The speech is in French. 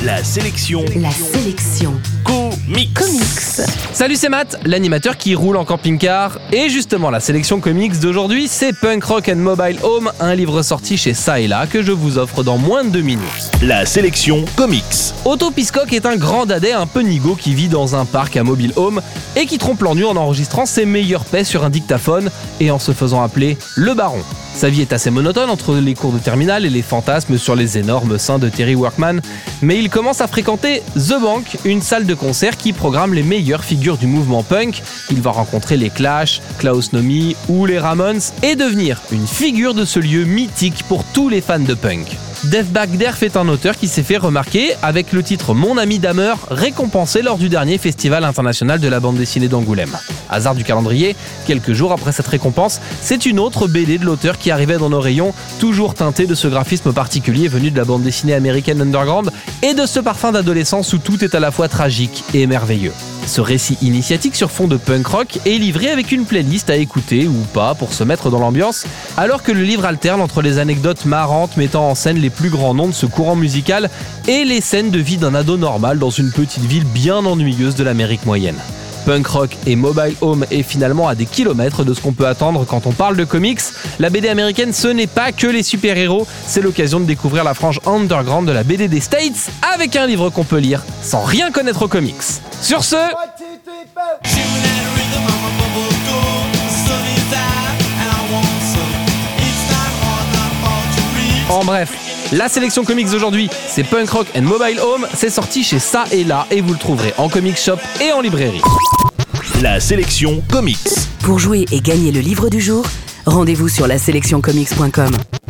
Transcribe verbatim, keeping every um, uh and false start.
La sélection. La sélection. Comics. Comics. Salut, c'est Matt, l'animateur qui roule en camping-car. Et justement, la sélection comics d'aujourd'hui, c'est Punk Rock and Mobile Home, un livre sorti chez Ça et Là que je vous offre dans moins de deux minutes. La sélection Comics. Otto Piscock est un grand dadais un peu nigo qui vit dans un parc à Mobile Home et qui trompe l'ennui en enregistrant ses meilleures paix sur un dictaphone et en se faisant appeler le Baron. Sa vie est assez monotone entre les cours de terminale et les fantasmes sur les énormes seins de Terry Workman, mais il commence à fréquenter The Bank, une salle de concert qui programme les meilleures figures du mouvement punk. Il va rencontrer les Clash, Klaus Nomi ou les Ramones et devenir une figure de ce lieu mythique pour tous les fans de punk. Dave Bagderf est un auteur qui s'est fait remarquer avec le titre Mon ami Dahmer, récompensé lors du dernier festival international de la bande dessinée d'Angoulême. Hasard du calendrier, quelques jours après cette récompense, c'est une autre B D de l'auteur qui arrivait dans nos rayons, toujours teintée de ce graphisme particulier venu de la bande dessinée américaine underground et de ce parfum d'adolescence où tout est à la fois tragique et merveilleux. Ce récit initiatique sur fond de punk rock est livré avec une playlist à écouter ou pas pour se mettre dans l'ambiance, alors que le livre alterne entre les anecdotes marrantes mettant en scène les plus grands noms de ce courant musical et les scènes de vie d'un ado normal dans une petite ville bien ennuyeuse de l'Amérique moyenne. Punk Rock et Mobile Home est finalement à des kilomètres de ce qu'on peut attendre quand on parle de comics. La B D américaine, ce n'est pas que les super-héros, c'est l'occasion de découvrir la frange underground de la B D des States avec un livre qu'on peut lire sans rien connaître aux comics. Sur ce... En bref, la sélection comics d'aujourd'hui, c'est Punk Rock and Mobile Home, c'est sorti chez Ça et Là et vous le trouverez en comic shop et en librairie. La sélection Comics. Pour jouer et gagner le livre du jour, rendez-vous sur la sélection comics point com.